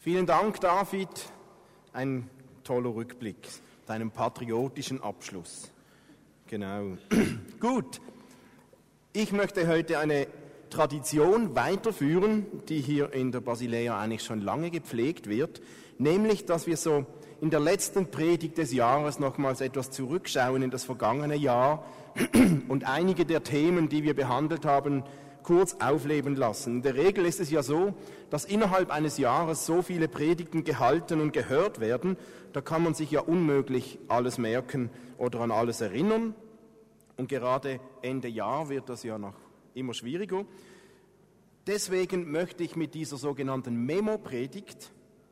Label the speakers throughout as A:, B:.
A: Vielen Dank, David. Ein toller Rückblick, deinem patriotischen Abschluss. Genau. Gut. Ich möchte heute eine Tradition weiterführen, die hier in der Basilea eigentlich schon lange gepflegt wird, nämlich, dass wir so in der letzten Predigt des Jahres nochmals etwas zurückschauen in das vergangene Jahr und einige der Themen, die wir behandelt haben, kurz aufleben lassen. In der Regel ist es ja so, dass innerhalb eines Jahres so viele Predigten gehalten und gehört werden, da kann man sich ja unmöglich alles merken oder an alles erinnern. Und gerade Ende Jahr wird das ja noch immer schwieriger. Deswegen möchte ich mit dieser sogenannten Memo-Predigt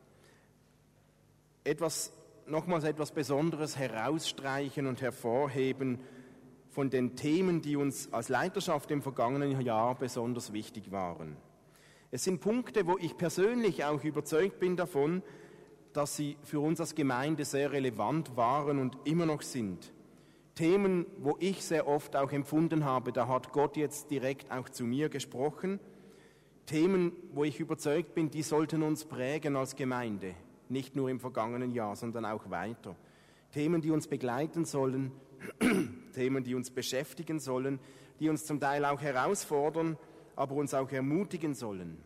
A: nochmals etwas Besonderes herausstreichen und hervorheben von den Themen, die uns als Leiterschaft im vergangenen Jahr besonders wichtig waren. Es sind Punkte, wo ich persönlich auch überzeugt bin davon, dass sie für uns als Gemeinde sehr relevant waren und immer noch sind. Themen, wo ich sehr oft auch empfunden habe, da hat Gott jetzt direkt auch zu mir gesprochen. Themen, wo ich überzeugt bin, die sollten uns prägen als Gemeinde, nicht nur im vergangenen Jahr, sondern auch weiter. Themen, die uns begleiten sollen, Themen, die uns beschäftigen sollen, die uns zum Teil auch herausfordern, aber uns auch ermutigen sollen.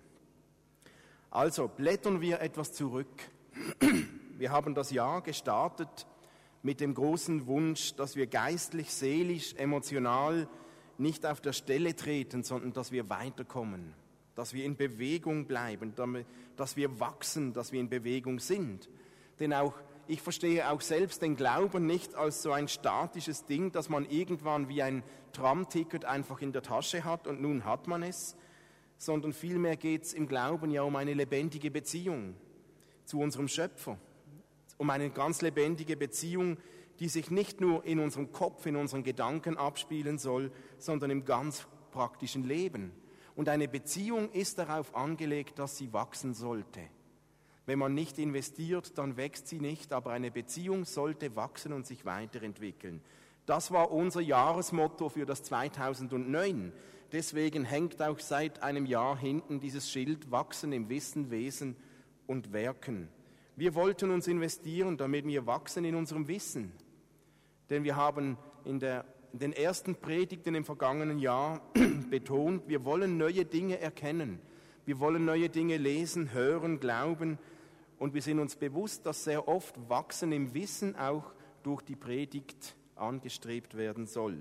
A: Also blättern wir etwas zurück. Wir haben das Jahr gestartet mit dem großen Wunsch, dass wir geistlich, seelisch, emotional nicht auf der Stelle treten, sondern dass wir weiterkommen, dass wir in Bewegung bleiben, dass wir wachsen, dass wir in Bewegung sind. Denn auch ich verstehe auch selbst den Glauben nicht als so ein statisches Ding, dass man irgendwann wie ein Tramticket einfach in der Tasche hat und nun hat man es, sondern vielmehr geht es im Glauben ja um eine lebendige Beziehung zu unserem Schöpfer, um eine ganz lebendige Beziehung, die sich nicht nur in unserem Kopf, in unseren Gedanken abspielen soll, sondern im ganz praktischen Leben. Und eine Beziehung ist darauf angelegt, dass sie wachsen sollte. Wenn man nicht investiert, dann wächst sie nicht, aber eine Beziehung sollte wachsen und sich weiterentwickeln. Das war unser Jahresmotto für das 2009. Deswegen hängt auch seit einem Jahr hinten dieses Schild Wachsen im Wissen, Wesen und Werken. Wir wollten uns investieren, damit wir wachsen in unserem Wissen. Denn wir haben in den ersten Predigten im vergangenen Jahr betont, wir wollen neue Dinge erkennen. Wir wollen neue Dinge lesen, hören, glauben. Und wir sind uns bewusst, dass sehr oft Wachsen im Wissen auch durch die Predigt angestrebt werden soll.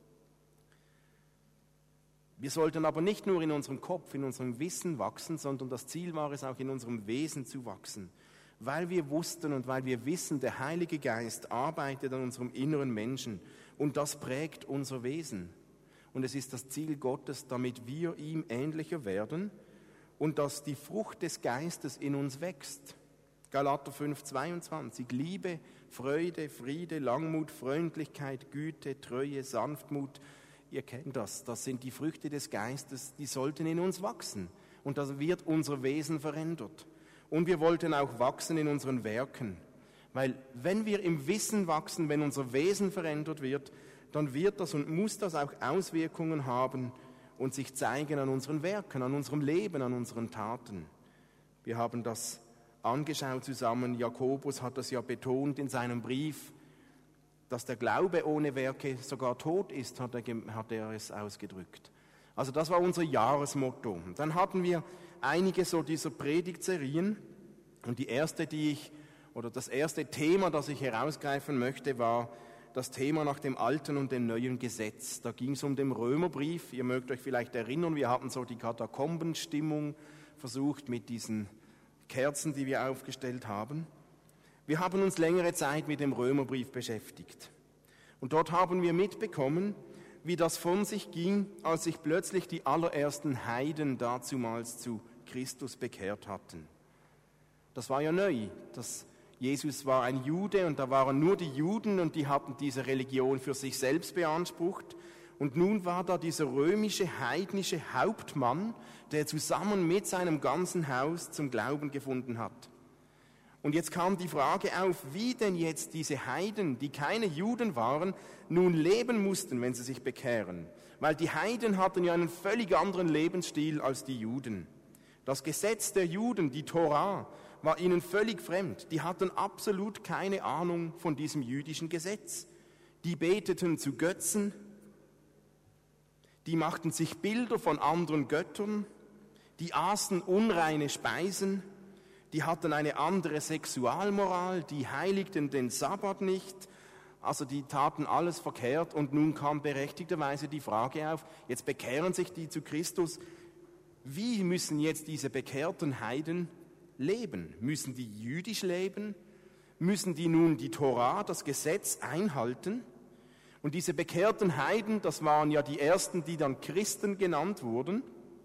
A: Wir sollten aber nicht nur in unserem Kopf, in unserem Wissen wachsen, sondern das Ziel war es auch, in unserem Wesen zu wachsen. Weil wir wussten und weil wir wissen, der Heilige Geist arbeitet an unserem inneren Menschen und das prägt unser Wesen. Und es ist das Ziel Gottes, damit wir ihm ähnlicher werden und dass die Frucht des Geistes in uns wächst. Galater 5,22, Liebe, Freude, Friede, Langmut, Freundlichkeit, Güte, Treue, Sanftmut. Ihr kennt das, das sind die Früchte des Geistes, die sollten in uns wachsen. Und das wird unser Wesen verändert. Und wir wollten auch wachsen in unseren Werken. Weil wenn wir im Wissen wachsen, wenn unser Wesen verändert wird, dann wird das und muss das auch Auswirkungen haben und sich zeigen an unseren Werken, an unserem Leben, an unseren Taten. Wir haben das angeschaut zusammen. Jakobus hat das ja betont in seinem Brief, dass der Glaube ohne Werke sogar tot ist, hat er es ausgedrückt. Also das war unser Jahresmotto. Dann hatten wir einige so dieser Predigtserien und das erste Thema, das ich herausgreifen möchte, war das Thema nach dem Alten und dem Neuen Gesetz. Da ging es um den Römerbrief. Ihr mögt euch vielleicht erinnern, wir hatten so die Katakombenstimmung versucht mit diesen Kerzen, die wir aufgestellt haben. Wir haben uns längere Zeit mit dem Römerbrief beschäftigt. Und dort haben wir mitbekommen, wie das von sich ging, als sich plötzlich die allerersten Heiden dazumals zu Christus bekehrt hatten. Das war ja neu. Jesus war ein Jude und da waren nur die Juden und die hatten diese Religion für sich selbst beansprucht. Und nun war da dieser römische, heidnische Hauptmann, der zusammen mit seinem ganzen Haus zum Glauben gefunden hat. Und jetzt kam die Frage auf, wie denn jetzt diese Heiden, die keine Juden waren, nun leben mussten, wenn sie sich bekehren. Weil die Heiden hatten ja einen völlig anderen Lebensstil als die Juden. Das Gesetz der Juden, die Tora, war ihnen völlig fremd. Die hatten absolut keine Ahnung von diesem jüdischen Gesetz. Die beteten zu Götzen, die machten sich Bilder von anderen Göttern, die aßen unreine Speisen, die hatten eine andere Sexualmoral, die heiligten den Sabbat nicht, also die taten alles verkehrt. Und nun kam berechtigterweise die Frage auf, jetzt bekehren sich die zu Christus, wie müssen jetzt diese bekehrten Heiden leben? Müssen die jüdisch leben? Müssen die nun die Tora, das Gesetz, einhalten? Und diese bekehrten Heiden, das waren ja die ersten, die dann Christen genannt wurden.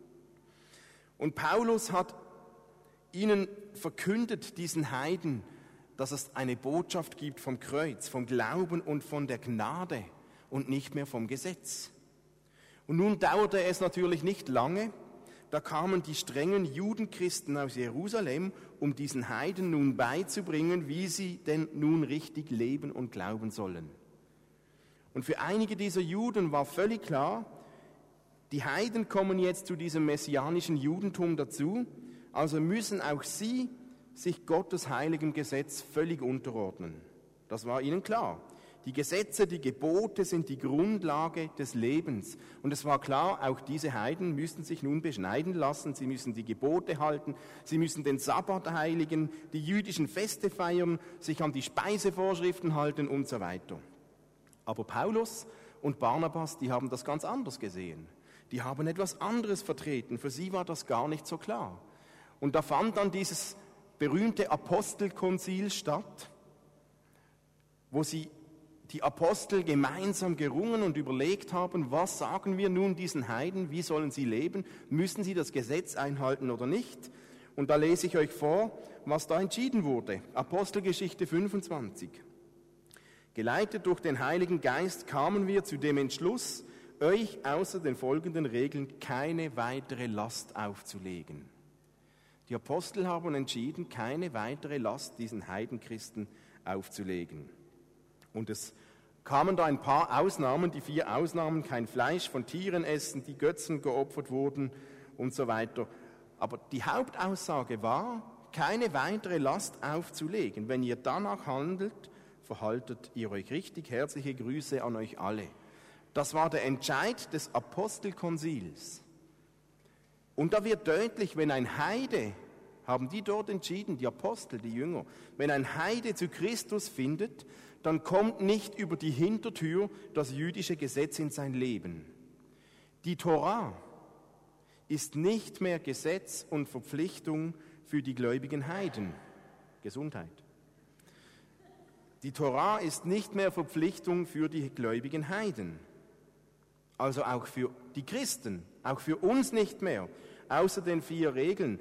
A: Und Paulus hat ihnen verkündet, diesen Heiden, dass es eine Botschaft gibt vom Kreuz, vom Glauben und von der Gnade und nicht mehr vom Gesetz. Und nun dauerte es natürlich nicht lange, da kamen die strengen Judenchristen aus Jerusalem, um diesen Heiden nun beizubringen, wie sie denn nun richtig leben und glauben sollen. Und für einige dieser Juden war völlig klar, die Heiden kommen jetzt zu diesem messianischen Judentum dazu, also müssen auch sie sich Gottes heiligem Gesetz völlig unterordnen. Das war ihnen klar. Die Gesetze, die Gebote sind die Grundlage des Lebens. Und es war klar, auch diese Heiden müssten sich nun beschneiden lassen, sie müssen die Gebote halten, sie müssen den Sabbat heiligen, die jüdischen Feste feiern, sich an die Speisevorschriften halten und so weiter. Aber Paulus und Barnabas, die haben das ganz anders gesehen. Die haben etwas anderes vertreten, für sie war das gar nicht so klar. Und da fand dann dieses berühmte Apostelkonzil statt, wo die Apostel gemeinsam gerungen und überlegt haben, was sagen wir nun diesen Heiden, wie sollen sie leben, müssen sie das Gesetz einhalten oder nicht? Und da lese ich euch vor, was da entschieden wurde. Apostelgeschichte 25. Geleitet durch den Heiligen Geist kamen wir zu dem Entschluss, euch außer den folgenden Regeln keine weitere Last aufzulegen. Die Apostel haben entschieden, keine weitere Last diesen Heidenchristen aufzulegen. Und es kamen da ein paar Ausnahmen, die 4 Ausnahmen, kein Fleisch von Tieren essen, die Götzen geopfert wurden und so weiter. Aber die Hauptaussage war, keine weitere Last aufzulegen. Wenn ihr danach handelt, verhaltet ihr euch richtig. Herzliche Grüße an euch alle. Das war der Entscheid des Apostelkonzils. Und da wird deutlich, wenn ein Heide, haben die dort entschieden, die Apostel, die Jünger, wenn ein Heide zu Christus findet, dann kommt nicht über die Hintertür das jüdische Gesetz in sein Leben. Die Tora ist nicht mehr Gesetz und Verpflichtung für die gläubigen Heiden. Gesundheit. Die Tora ist nicht mehr Verpflichtung für die gläubigen Heiden. Also auch für die Christen, auch für uns nicht mehr, außer den 4 Regeln.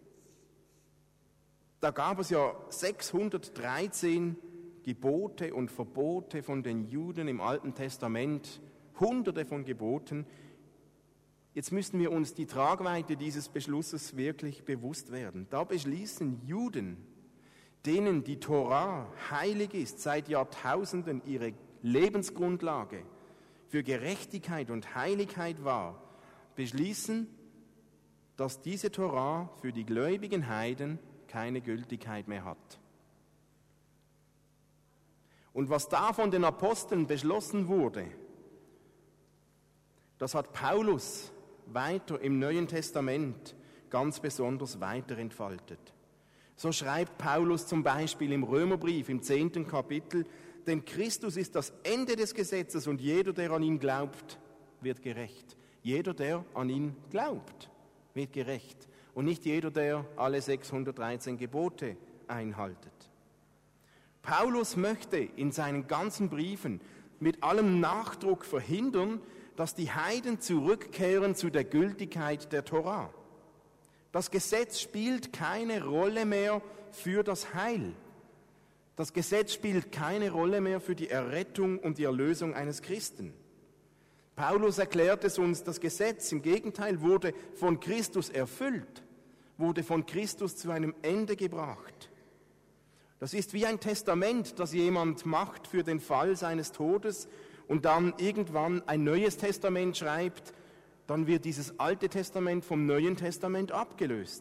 A: Da gab es ja 613 Gebote und Verbote von den Juden im Alten Testament, Hunderte von Geboten. Jetzt müssen wir uns die Tragweite dieses Beschlusses wirklich bewusst werden. Da beschließen Juden, denen die Tora heilig ist, seit Jahrtausenden ihre Lebensgrundlage für Gerechtigkeit und Heiligkeit war, beschließen, dass diese Tora für die gläubigen Heiden keine Gültigkeit mehr hat. Und was da von den Aposteln beschlossen wurde, das hat Paulus weiter im Neuen Testament ganz besonders weiterentfaltet. So schreibt Paulus zum Beispiel im Römerbrief im 10. Kapitel, denn Christus ist das Ende des Gesetzes und jeder, der an ihn glaubt, wird gerecht. Jeder, der an ihn glaubt, wird gerecht. Und nicht jeder, der alle 613 Gebote einhaltet. Paulus möchte in seinen ganzen Briefen mit allem Nachdruck verhindern, dass die Heiden zurückkehren zu der Gültigkeit der Tora. Das Gesetz spielt keine Rolle mehr für das Heil. Das Gesetz spielt keine Rolle mehr für die Errettung und die Erlösung eines Christen. Paulus erklärt es uns, das Gesetz im Gegenteil wurde von Christus erfüllt, wurde von Christus zu einem Ende gebracht. Das ist wie ein Testament, das jemand macht für den Fall seines Todes und dann irgendwann ein neues Testament schreibt, dann wird dieses Alte Testament vom Neuen Testament abgelöst.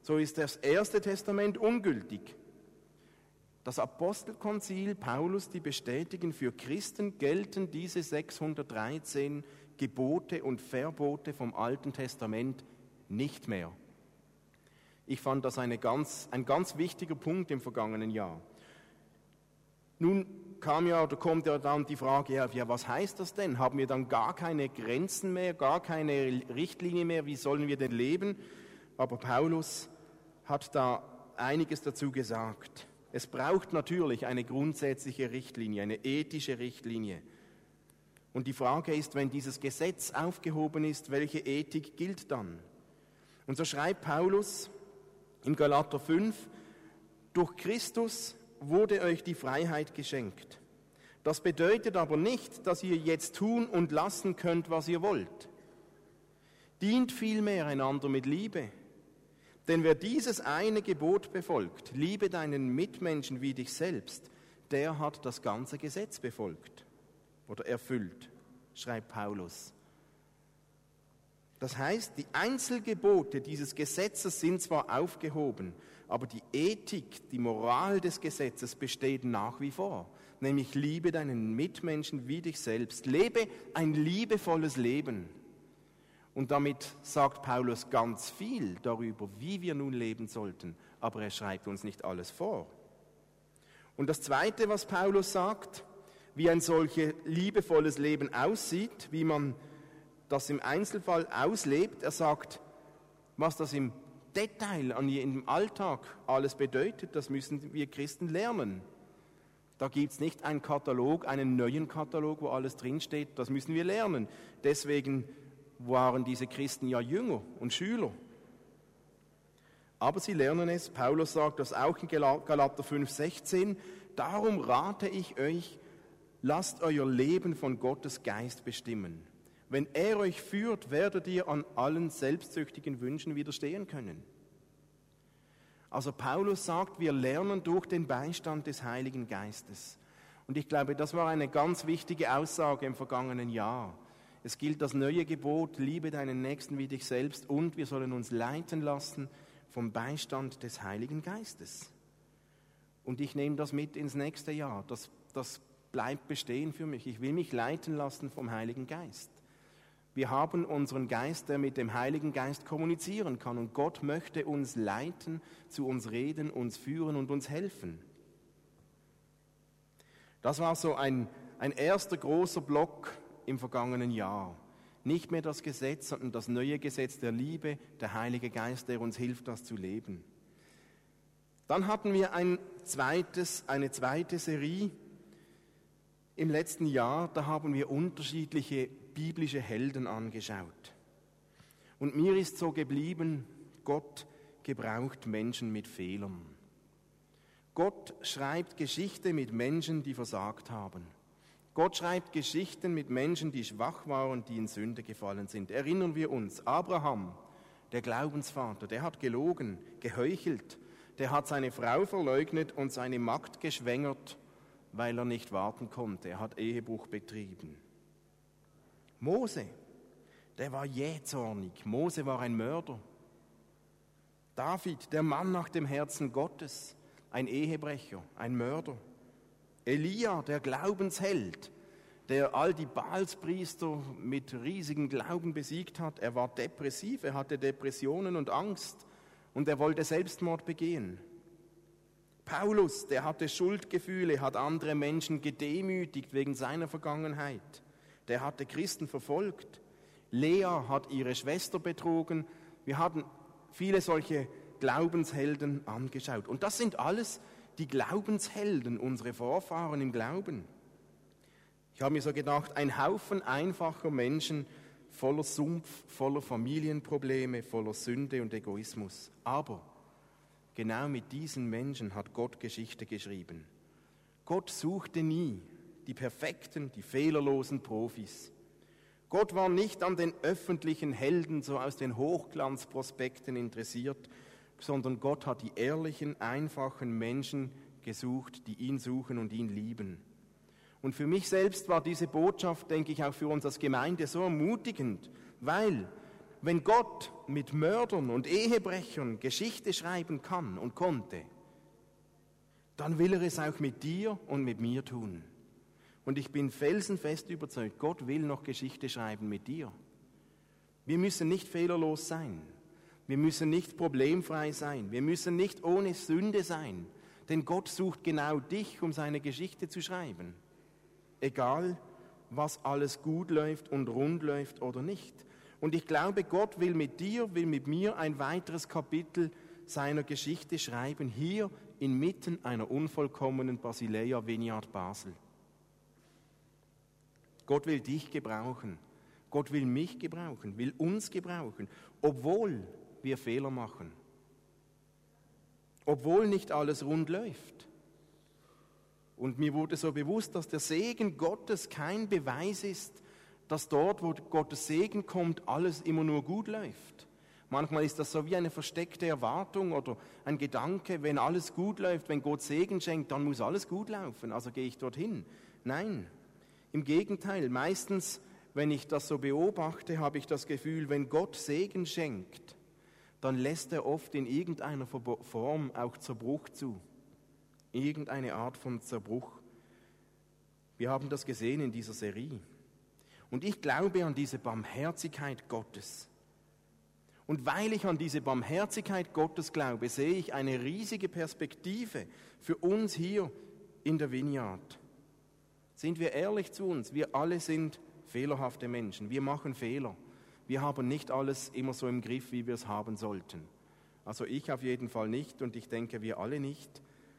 A: so ist das Erste Testament ungültig. Das Apostelkonzil, Paulus, die bestätigen, für Christen gelten diese 613 Gebote und Verbote vom Alten Testament nicht mehr. Ich fand das ein ganz wichtiger Punkt im vergangenen Jahr. Nun kommt ja dann die Frage, ja, was heißt das denn? Haben wir dann gar keine Grenzen mehr, gar keine Richtlinie mehr? Wie sollen wir denn leben? Aber Paulus hat da einiges dazu gesagt. Es braucht natürlich eine grundsätzliche Richtlinie, eine ethische Richtlinie. Und die Frage ist, wenn dieses Gesetz aufgehoben ist, welche Ethik gilt dann? Und so schreibt Paulus im Galater 5, durch Christus wurde euch die Freiheit geschenkt. Das bedeutet aber nicht, dass ihr jetzt tun und lassen könnt, was ihr wollt. Dient vielmehr einander mit Liebe. Denn wer dieses eine Gebot befolgt, liebe deinen Mitmenschen wie dich selbst, der hat das ganze Gesetz befolgt oder erfüllt, schreibt Paulus. Das heißt, die Einzelgebote dieses Gesetzes sind zwar aufgehoben, aber die Ethik, die Moral des Gesetzes besteht nach wie vor. Nämlich liebe deinen Mitmenschen wie dich selbst. Lebe ein liebevolles Leben. Und damit sagt Paulus ganz viel darüber, wie wir nun leben sollten. Aber er schreibt uns nicht alles vor. Und das Zweite, was Paulus sagt, wie ein solches liebevolles Leben aussieht, wie man das im Einzelfall auslebt. Er sagt, was das im Detail im Alltag alles bedeutet, das müssen wir Christen lernen. Da gibt es nicht einen Katalog, einen neuen Katalog, wo alles drinsteht, das müssen wir lernen. Deswegen waren diese Christen ja Jünger und Schüler. Aber sie lernen es, Paulus sagt das auch in Galater 5,16, darum rate ich euch, lasst euer Leben von Gottes Geist bestimmen. Wenn er euch führt, werdet ihr an allen selbstsüchtigen Wünschen widerstehen können. Also Paulus sagt, wir lernen durch den Beistand des Heiligen Geistes. Und ich glaube, das war eine ganz wichtige Aussage im vergangenen Jahr. Es gilt das neue Gebot, liebe deinen Nächsten wie dich selbst, und wir sollen uns leiten lassen vom Beistand des Heiligen Geistes. Und ich nehme das mit ins nächste Jahr. Das bleibt bestehen für mich. Ich will mich leiten lassen vom Heiligen Geist. Wir haben unseren Geist, der mit dem Heiligen Geist kommunizieren kann. Und Gott möchte uns leiten, zu uns reden, uns führen und uns helfen. Das war so ein erster großer Block im vergangenen Jahr. Nicht mehr das Gesetz, sondern das neue Gesetz der Liebe, der Heilige Geist, der uns hilft, das zu leben. Dann hatten wir eine zweite Serie im letzten Jahr, da haben wir unterschiedliche biblische Helden angeschaut. Und mir ist so geblieben, Gott gebraucht Menschen mit Fehlern. Gott schreibt Geschichte mit Menschen, die versagt haben. Gott schreibt Geschichten mit Menschen, die schwach waren, die in Sünde gefallen sind. Erinnern wir uns, Abraham, der Glaubensvater, der hat gelogen, geheuchelt, der hat seine Frau verleugnet und seine Magd geschwängert, weil er nicht warten konnte. Er hat Ehebruch betrieben. Mose, der war jähzornig. Mose war ein Mörder. David, der Mann nach dem Herzen Gottes, ein Ehebrecher, ein Mörder. Elia, der Glaubensheld, der all die Baalspriester mit riesigem Glauben besiegt hat. Er war depressiv, er hatte Depressionen und Angst und er wollte Selbstmord begehen. Paulus, der hatte Schuldgefühle, hat andere Menschen gedemütigt wegen seiner Vergangenheit. Der hatte Christen verfolgt. Lea hat ihre Schwester betrogen. Wir hatten viele solche Glaubenshelden angeschaut. Und das sind alles die Glaubenshelden, unsere Vorfahren im Glauben. Ich habe mir so gedacht, ein Haufen einfacher Menschen voller Sumpf, voller Familienprobleme, voller Sünde und Egoismus. Aber genau mit diesen Menschen hat Gott Geschichte geschrieben. Gott suchte nie die perfekten, die fehlerlosen Profis. Gott war nicht an den öffentlichen Helden so aus den Hochglanzprospekten interessiert, sondern Gott hat die ehrlichen, einfachen Menschen gesucht, die ihn suchen und ihn lieben. Und für mich selbst war diese Botschaft, denke ich, auch für uns als Gemeinde so ermutigend, weil Wenn Gott mit Mördern und Ehebrechern Geschichte schreiben kann und konnte, dann will er es auch mit dir und mit mir tun. Und ich bin felsenfest überzeugt, Gott will noch Geschichte schreiben mit dir. Wir müssen nicht fehlerlos sein. Wir müssen nicht problemfrei sein. Wir müssen nicht ohne Sünde sein. Denn Gott sucht genau dich, um seine Geschichte zu schreiben. Egal, was alles gut läuft und rund läuft oder nicht. Und ich glaube, Gott will mit dir, will mit mir ein weiteres Kapitel seiner Geschichte schreiben, hier inmitten einer unvollkommenen Basileia Vineyard Basel. Gott will dich gebrauchen. Gott will mich gebrauchen, will uns gebrauchen, obwohl wir Fehler machen. Obwohl nicht alles rund läuft. Und mir wurde so bewusst, dass der Segen Gottes kein Beweis ist, dass dort, wo Gottes Segen kommt, alles immer nur gut läuft. Manchmal ist das so wie eine versteckte Erwartung oder ein Gedanke, wenn alles gut läuft, wenn Gott Segen schenkt, dann muss alles gut laufen, also gehe ich dorthin. Nein, im Gegenteil, meistens, wenn ich das so beobachte, habe ich das Gefühl, wenn Gott Segen schenkt, dann lässt er oft in irgendeiner Form auch Zerbruch zu. Irgendeine Art von Zerbruch. Wir haben das gesehen in dieser Serie. Und ich glaube an diese Barmherzigkeit Gottes. Und weil ich an diese Barmherzigkeit Gottes glaube, sehe ich eine riesige Perspektive für uns hier in der Vineyard. Sind wir ehrlich zu uns? Wir alle sind fehlerhafte Menschen. Wir machen Fehler. Wir haben nicht alles immer so im Griff, wie wir es haben sollten. Also ich auf jeden Fall nicht und ich denke, wir alle nicht.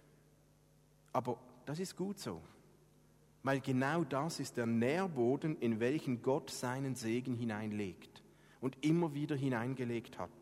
A: Aber das ist gut so, weil genau das ist der Nährboden, in welchen Gott seinen Segen hineinlegt und immer wieder hineingelegt hat.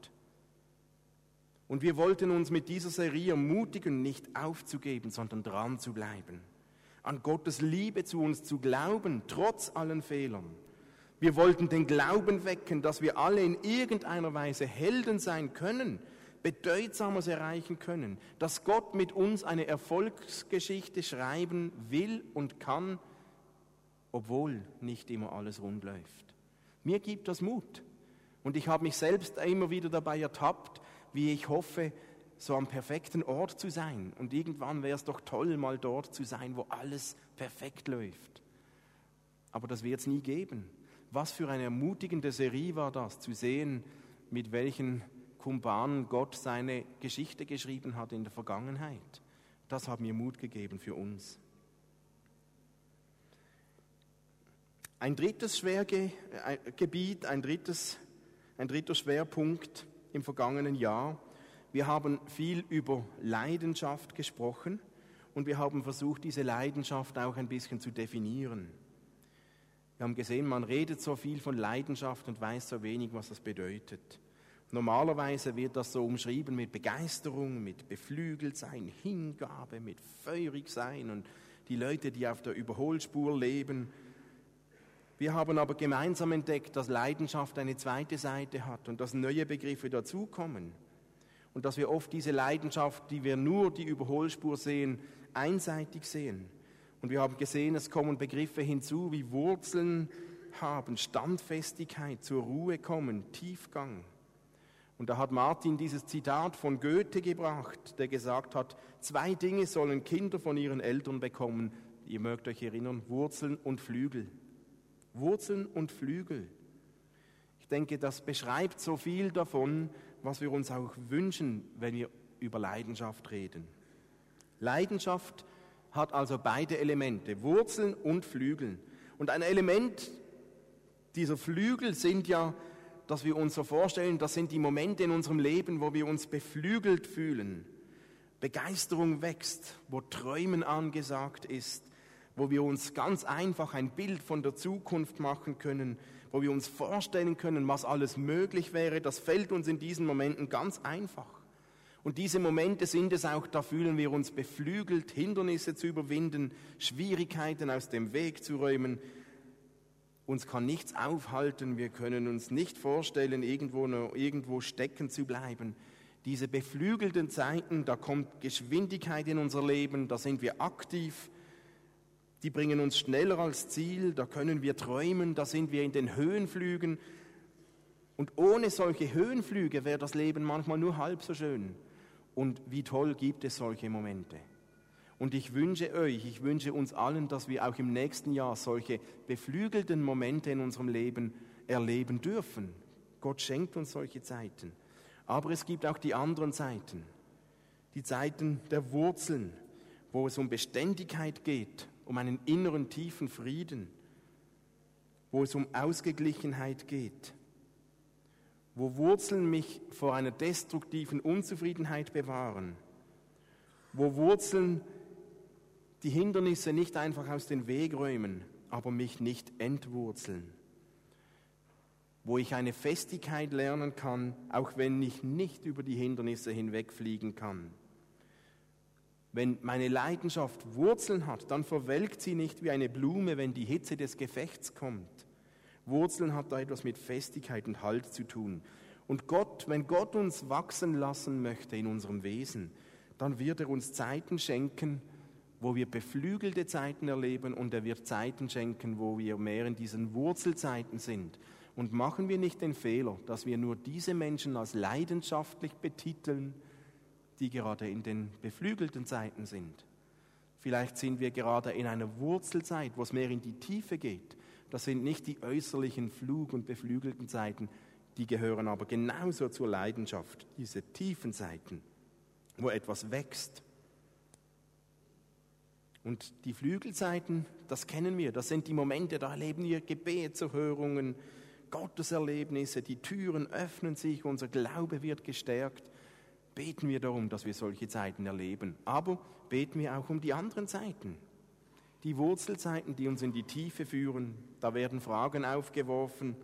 A: Und wir wollten uns mit dieser Serie ermutigen, nicht aufzugeben, sondern dran zu bleiben, an Gottes Liebe zu uns zu glauben, trotz allen Fehlern. Wir wollten den Glauben wecken, dass wir alle in irgendeiner Weise Helden sein können, Bedeutsames erreichen können, dass Gott mit uns eine Erfolgsgeschichte schreiben will und kann, obwohl nicht immer alles rund läuft. Mir gibt das Mut. Und ich habe mich selbst immer wieder dabei ertappt, wie ich hoffe, so am perfekten Ort zu sein. Und irgendwann wäre es doch toll, mal dort zu sein, wo alles perfekt läuft. Aber das wird es nie geben. Was für eine ermutigende Serie war das, zu sehen, mit welchen Kumpanen Gott seine Geschichte geschrieben hat in der Vergangenheit. Das hat mir Mut gegeben für uns. Ein drittes Gebiet, ein dritter Schwerpunkt im vergangenen Jahr. Wir haben viel über Leidenschaft gesprochen und wir haben versucht, diese Leidenschaft auch ein bisschen zu definieren. Wir haben gesehen, man redet so viel von Leidenschaft und weiß so wenig, was das bedeutet. Normalerweise wird das so umschrieben mit Begeisterung, mit Beflügeltsein, Hingabe, mit feurig sein und die Leute, die auf der Überholspur leben. Wir haben aber gemeinsam entdeckt, dass Leidenschaft eine zweite Seite hat und dass neue Begriffe dazukommen. Und dass wir oft diese Leidenschaft, die wir nur die Überholspur sehen, einseitig sehen. Und wir haben gesehen, es kommen Begriffe hinzu wie Wurzeln haben, Standfestigkeit, zur Ruhe kommen, Tiefgang. Und da hat Martin dieses Zitat von Goethe gebracht, der gesagt hat, 2 Dinge sollen Kinder von ihren Eltern bekommen. Ihr mögt euch erinnern, Wurzeln und Flügel. Wurzeln und Flügel. Ich denke, das beschreibt so viel davon, was wir uns auch wünschen, wenn wir über Leidenschaft reden. Leidenschaft hat also beide Elemente, Wurzeln und Flügel. Und ein Element dieser Flügel sind ja, dass wir uns so vorstellen, das sind die Momente in unserem Leben, wo wir uns beflügelt fühlen, Begeisterung wächst, wo Träumen angesagt ist, wo wir uns ganz einfach ein Bild von der Zukunft machen können, wo wir uns vorstellen können, was alles möglich wäre. Das fällt uns in diesen Momenten ganz einfach. Und diese Momente sind es auch, da fühlen wir uns beflügelt, Hindernisse zu überwinden, Schwierigkeiten aus dem Weg zu räumen. Uns kann nichts aufhalten, wir können uns nicht vorstellen, irgendwo stecken zu bleiben. Diese beflügelten Zeiten, da kommt Geschwindigkeit in unser Leben, da sind wir aktiv, die bringen uns schneller als Ziel, da können wir träumen, da sind wir in den Höhenflügen. Und ohne solche Höhenflüge wäre das Leben manchmal nur halb so schön. Und wie toll gibt es solche Momente. Und ich wünsche uns allen, dass wir auch im nächsten Jahr solche beflügelten Momente in unserem Leben erleben dürfen. Gott schenkt uns solche Zeiten. Aber es gibt auch die anderen Zeiten. Die Zeiten der Wurzeln, wo es um Beständigkeit geht, um einen inneren tiefen Frieden, wo es um Ausgeglichenheit geht, wo Wurzeln mich vor einer destruktiven Unzufriedenheit bewahren, wo Wurzeln die Hindernisse nicht einfach aus dem Weg räumen, aber mich nicht entwurzeln, wo ich eine Festigkeit lernen kann, auch wenn ich nicht über die Hindernisse hinwegfliegen kann. Wenn meine Leidenschaft Wurzeln hat, dann verwelkt sie nicht wie eine Blume, wenn die Hitze des Gefechts kommt. Wurzeln hat da etwas mit Festigkeit und Halt zu tun. Und wenn Gott uns wachsen lassen möchte in unserem Wesen, dann wird er uns Zeiten schenken, wo wir beflügelte Zeiten erleben, und er wird Zeiten schenken, wo wir mehr in diesen Wurzelzeiten sind. Und machen wir nicht den Fehler, dass wir nur diese Menschen als leidenschaftlich betiteln, die gerade in den beflügelten Zeiten sind. Vielleicht sind wir gerade in einer Wurzelzeit, wo es mehr in die Tiefe geht. Das sind nicht die äußerlichen Flug- und beflügelten Zeiten, die gehören aber genauso zur Leidenschaft, diese tiefen Zeiten, wo etwas wächst. Und die Flügelzeiten, das kennen wir, das sind die Momente, da erleben wir Gebetserhörungen, Gotteserlebnisse, die Türen öffnen sich, unser Glaube wird gestärkt. Beten wir darum, dass wir solche Zeiten erleben. Aber beten wir auch um die anderen Zeiten. Die Wurzelzeiten, die uns in die Tiefe führen, da werden Fragen aufgeworfen.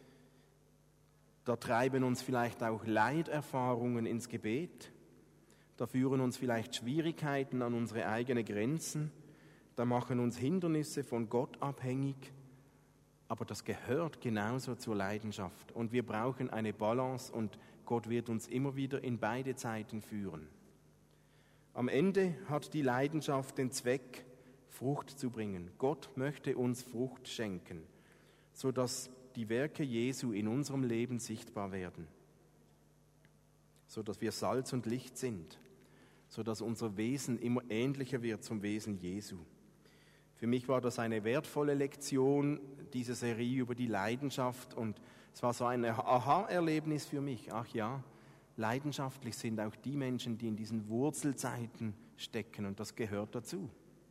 A: Da treiben uns vielleicht auch Leiterfahrungen ins Gebet. Da führen uns vielleicht Schwierigkeiten an unsere eigenen Grenzen. Da machen uns Hindernisse von Gott abhängig. Aber das gehört genauso zur Leidenschaft. Und wir brauchen eine Balance, und Gott wird uns immer wieder in beide Zeiten führen. Am Ende hat die Leidenschaft den Zweck, Frucht zu bringen. Gott möchte uns Frucht schenken, sodass die Werke Jesu in unserem Leben sichtbar werden, sodass wir Salz und Licht sind, sodass unser Wesen immer ähnlicher wird zum Wesen Jesu. Für mich war das eine wertvolle Lektion, diese Serie über die Leidenschaft, und es war so ein Aha-Erlebnis für mich. Ach ja, leidenschaftlich sind auch die Menschen, die in diesen Wurzelzeiten stecken, und das gehört dazu.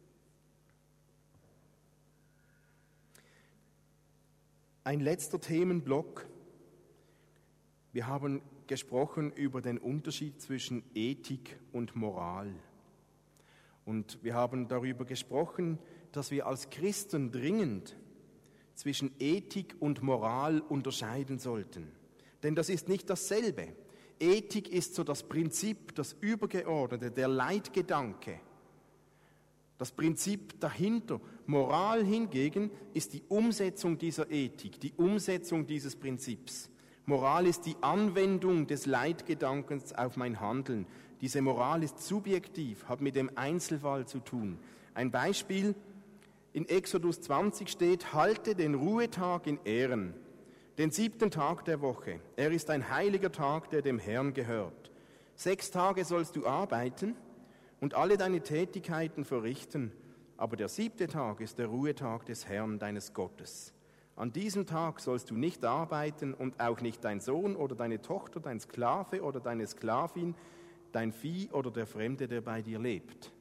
A: Ein letzter Themenblock. Wir haben gesprochen über den Unterschied zwischen Ethik und Moral. Und wir haben darüber gesprochen, dass wir als Christen dringend zwischen Ethik und Moral unterscheiden sollten. Denn das ist nicht dasselbe. Ethik ist so das Prinzip, das Übergeordnete, der Leitgedanke, das Prinzip dahinter. Moral hingegen ist die Umsetzung dieser Ethik, die Umsetzung dieses Prinzips. Moral ist die Anwendung des Leitgedankens auf mein Handeln. Diese Moral ist subjektiv, hat mit dem Einzelfall zu tun. Ein Beispiel: In Exodus 20 steht: Halte den Ruhetag in Ehren, den 7. Tag der Woche. Er ist ein heiliger Tag, der dem Herrn gehört. 6 Tage sollst du arbeiten und alle deine Tätigkeiten verrichten, aber der 7. Tag ist der Ruhetag des Herrn, deines Gottes. An diesem Tag sollst du nicht arbeiten und auch nicht dein Sohn oder deine Tochter, dein Sklave oder deine Sklavin, dein Vieh oder der Fremde, der bei dir lebt.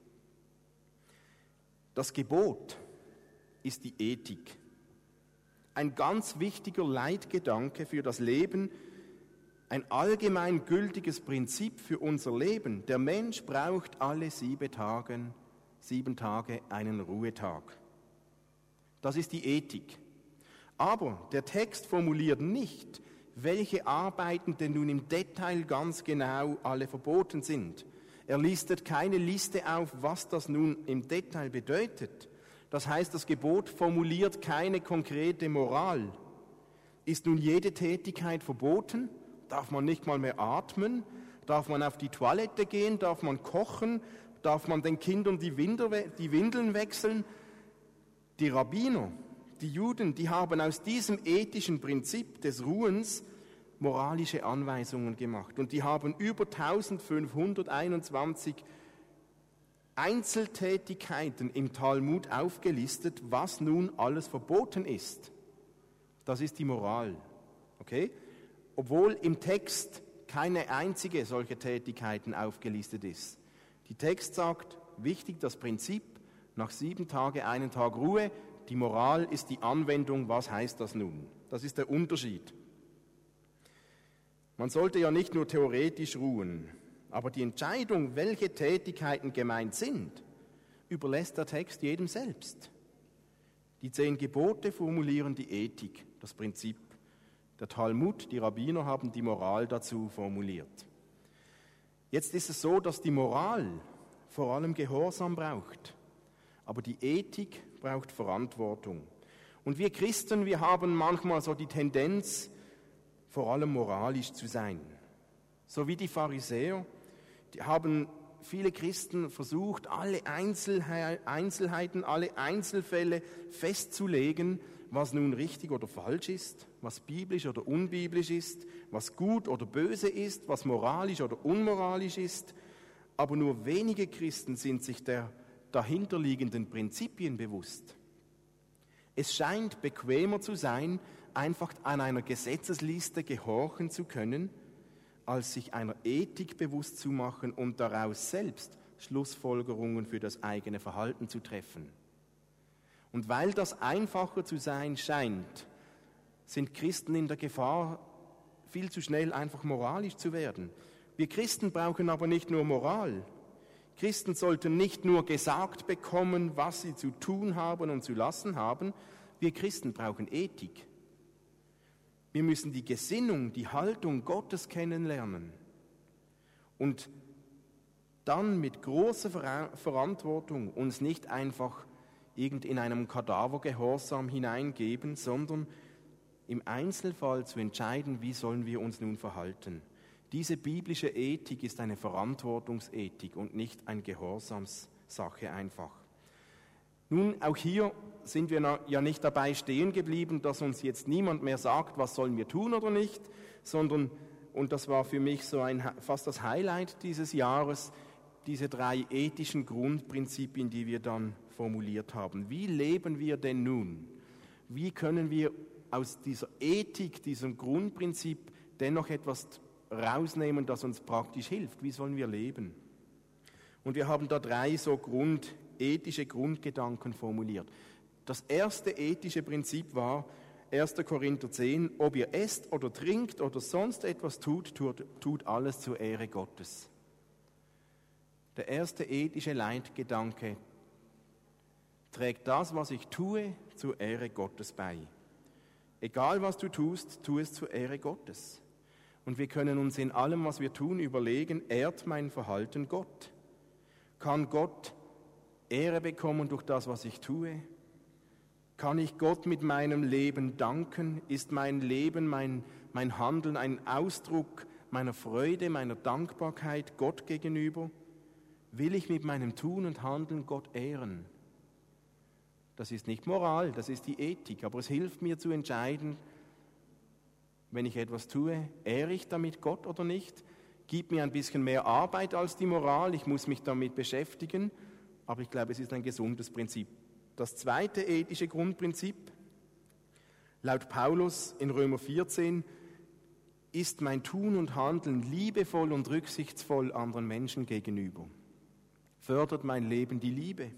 A: Das Gebot ist die Ethik. Ein ganz wichtiger Leitgedanke für das Leben, ein allgemein gültiges Prinzip für unser Leben. Der Mensch braucht alle 7 Tage einen Ruhetag. Das ist die Ethik. Aber der Text formuliert nicht, welche Arbeiten denn nun im Detail ganz genau alle verboten sind. Er listet keine Liste auf, was das nun im Detail bedeutet. Das heißt, das Gebot formuliert keine konkrete Moral. Ist nun jede Tätigkeit verboten? Darf man nicht mal mehr atmen? Darf man auf die Toilette gehen? Darf man kochen? Darf man den Kindern die Windeln wechseln? Die Rabbiner, die Juden, die haben aus diesem ethischen Prinzip des Ruhens moralische Anweisungen gemacht und die haben über 1521 Einzeltätigkeiten im Talmud aufgelistet, was nun alles verboten ist. Das ist die Moral. Okay? Obwohl im Text keine einzige solche Tätigkeiten aufgelistet ist. Die Text sagt, wichtig das Prinzip, nach 7 Tagen 1 Tag Ruhe, die Moral ist die Anwendung, was heißt das nun? Das ist der Unterschied. Man sollte ja nicht nur theoretisch ruhen, aber die Entscheidung, welche Tätigkeiten gemeint sind, überlässt der Text jedem selbst. Die 10 Gebote formulieren die Ethik, das Prinzip. Der Talmud, die Rabbiner haben die Moral dazu formuliert. Jetzt ist es so, dass die Moral vor allem Gehorsam braucht, aber die Ethik braucht Verantwortung. Und wir Christen, wir haben manchmal so die Tendenz, vor allem moralisch zu sein. So wie die Pharisäer, die haben viele Christen versucht, alle Einzelheiten, alle Einzelfälle festzulegen, was nun richtig oder falsch ist, was biblisch oder unbiblisch ist, was gut oder böse ist, was moralisch oder unmoralisch ist. Aber nur wenige Christen sind sich der dahinterliegenden Prinzipien bewusst. Es scheint bequemer zu sein, einfach an einer Gesetzesliste gehorchen zu können, als sich einer Ethik bewusst zu machen und daraus selbst Schlussfolgerungen für das eigene Verhalten zu treffen. Und weil das einfacher zu sein scheint, sind Christen in der Gefahr, viel zu schnell einfach moralisch zu werden. Wir Christen brauchen aber nicht nur Moral. Christen sollten nicht nur gesagt bekommen, was sie zu tun haben und zu lassen haben. Wir Christen brauchen Ethik. Wir müssen die Gesinnung, die Haltung Gottes kennenlernen und dann mit großer Verantwortung uns nicht einfach in einem Kadavergehorsam hineingeben, sondern im Einzelfall zu entscheiden, wie sollen wir uns nun verhalten. Diese biblische Ethik ist eine Verantwortungsethik und nicht eine Gehorsamssache einfach. Nun, auch hier sind wir ja nicht dabei stehen geblieben, dass uns jetzt niemand mehr sagt, was sollen wir tun oder nicht, sondern, und das war für mich so fast das Highlight dieses Jahres, diese 3 ethischen Grundprinzipien, die wir dann formuliert haben. Wie leben wir denn nun? Wie können wir aus dieser Ethik, diesem Grundprinzip dennoch etwas rausnehmen, das uns praktisch hilft? Wie sollen wir leben? Und wir haben da 3 so ethische Grundgedanken formuliert. Das erste ethische Prinzip war 1. Korinther 10, ob ihr esst oder trinkt oder sonst etwas tut alles zur Ehre Gottes. Der erste ethische Leitgedanke trägt das, was ich tue, zur Ehre Gottes bei. Egal was du tust, tu es zur Ehre Gottes. Und wir können uns in allem, was wir tun, überlegen, ehrt mein Verhalten Gott? Kann Gott Ehre bekommen durch das, was ich tue? Kann ich Gott mit meinem Leben danken? Ist mein Leben, mein Handeln ein Ausdruck meiner Freude, meiner Dankbarkeit Gott gegenüber? Will ich mit meinem Tun und Handeln Gott ehren? Das ist nicht Moral, das ist die Ethik, aber es hilft mir zu entscheiden, wenn ich etwas tue, ehre ich damit Gott oder nicht? Gibt mir ein bisschen mehr Arbeit als die Moral, ich muss mich damit beschäftigen, aber ich glaube, es ist ein gesundes Prinzip. Das zweite ethische Grundprinzip, laut Paulus in Römer 14, ist mein Tun und Handeln liebevoll und rücksichtsvoll anderen Menschen gegenüber. Fördert mein Leben die Liebe?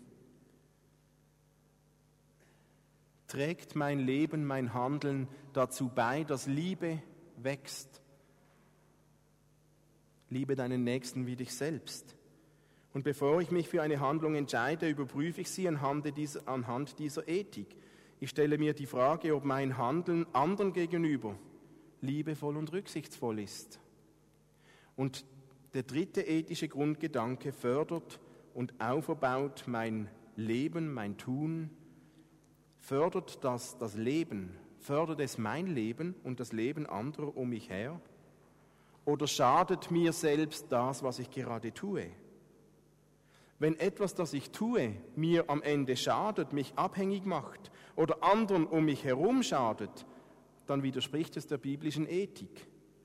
A: Trägt mein Leben, mein Handeln dazu bei, dass Liebe wächst? Liebe deinen Nächsten wie dich selbst. Und bevor ich mich für eine Handlung entscheide, überprüfe ich sie anhand dieser Ethik. Ich stelle mir die Frage, ob mein Handeln anderen gegenüber liebevoll und rücksichtsvoll ist. Und der dritte ethische Grundgedanke fördert und auferbaut mein Leben, mein Tun, fördert das Leben, fördert es mein Leben und das Leben anderer um mich her? Oder schadet mir selbst das, was ich gerade tue? Wenn etwas, das ich tue, mir am Ende schadet, mich abhängig macht oder anderen um mich herum schadet, dann widerspricht es der biblischen Ethik.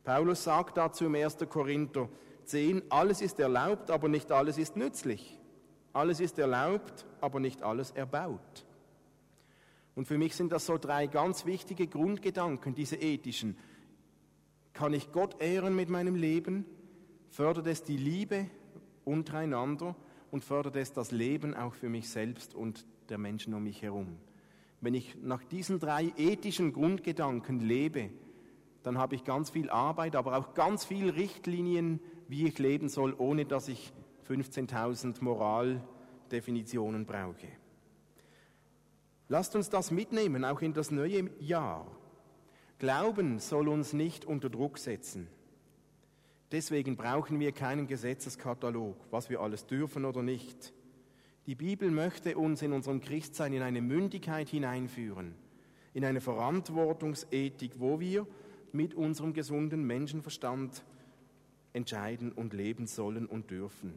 A: Paulus sagt dazu im 1. Korinther 10, alles ist erlaubt, aber nicht alles ist nützlich. Alles ist erlaubt, aber nicht alles erbaut. Und für mich sind das so 3 ganz wichtige Grundgedanken, diese ethischen. Kann ich Gott ehren mit meinem Leben? Fördert es die Liebe untereinander und fördert es das Leben auch für mich selbst und der Menschen um mich herum? Wenn ich nach diesen 3 ethischen Grundgedanken lebe, dann habe ich ganz viel Arbeit, aber auch ganz viele Richtlinien, wie ich leben soll, ohne dass ich 15.000 Moraldefinitionen brauche. Lasst uns das mitnehmen, auch in das neue Jahr. Glauben soll uns nicht unter Druck setzen. Deswegen brauchen wir keinen Gesetzeskatalog, was wir alles dürfen oder nicht. Die Bibel möchte uns in unserem Christsein in eine Mündigkeit hineinführen, in eine Verantwortungsethik, wo wir mit unserem gesunden Menschenverstand entscheiden und leben sollen und dürfen.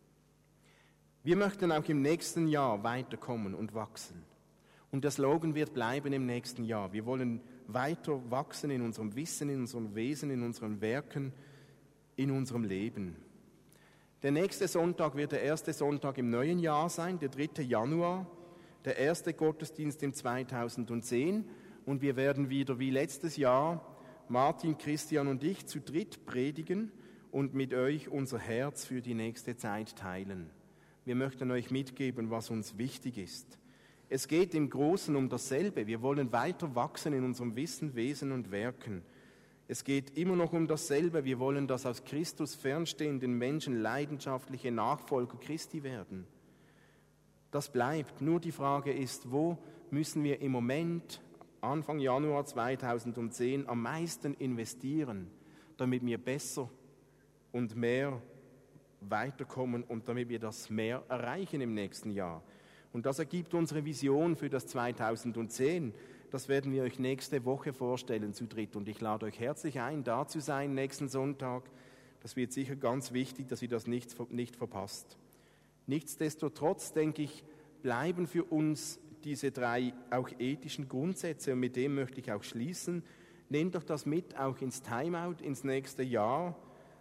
A: Wir möchten auch im nächsten Jahr weiterkommen und wachsen. Und der Slogan wird bleiben im nächsten Jahr. Wir wollen weiter wachsen in unserem Wissen, in unserem Wesen, in unseren Werken, in unserem Leben. Der nächste Sonntag wird der erste Sonntag im neuen Jahr sein, der 3. Januar, der erste Gottesdienst im 2010. Und wir werden wieder wie letztes Jahr, Martin, Christian und ich, zu dritt predigen und mit euch unser Herz für die nächste Zeit teilen. Wir möchten euch mitgeben, was uns wichtig ist. Es geht im Großen um dasselbe. Wir wollen weiter wachsen in unserem Wissen, Wesen und Werken. Es geht immer noch um dasselbe. Wir wollen, dass aus Christus fernstehenden Menschen leidenschaftliche Nachfolger Christi werden. Das bleibt. Nur die Frage ist, wo müssen wir im Moment, Anfang Januar 2010, am meisten investieren, damit wir besser und mehr weiterkommen und damit wir das mehr erreichen im nächsten Jahr. Und das ergibt unsere Vision für das 2010. Das werden wir euch nächste Woche vorstellen zu dritt. Und ich lade euch herzlich ein, da zu sein nächsten Sonntag. Das wird sicher ganz wichtig, dass ihr das nicht verpasst. Nichtsdestotrotz, denke ich, bleiben für uns diese 3 auch ethischen Grundsätze. Und mit dem möchte ich auch schließen. Nehmt doch das mit, auch ins Timeout, ins nächste Jahr.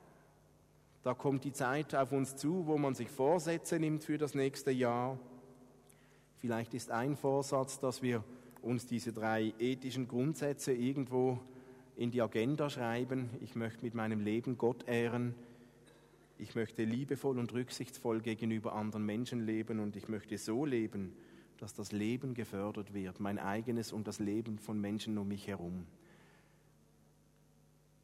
A: Da kommt die Zeit auf uns zu, wo man sich Vorsätze nimmt für das nächste Jahr. Vielleicht ist ein Vorsatz, dass wir uns diese 3 ethischen Grundsätze irgendwo in die Agenda schreiben. Ich möchte mit meinem Leben Gott ehren. Ich möchte liebevoll und rücksichtsvoll gegenüber anderen Menschen leben und ich möchte so leben, dass das Leben gefördert wird, mein eigenes und das Leben von Menschen um mich herum.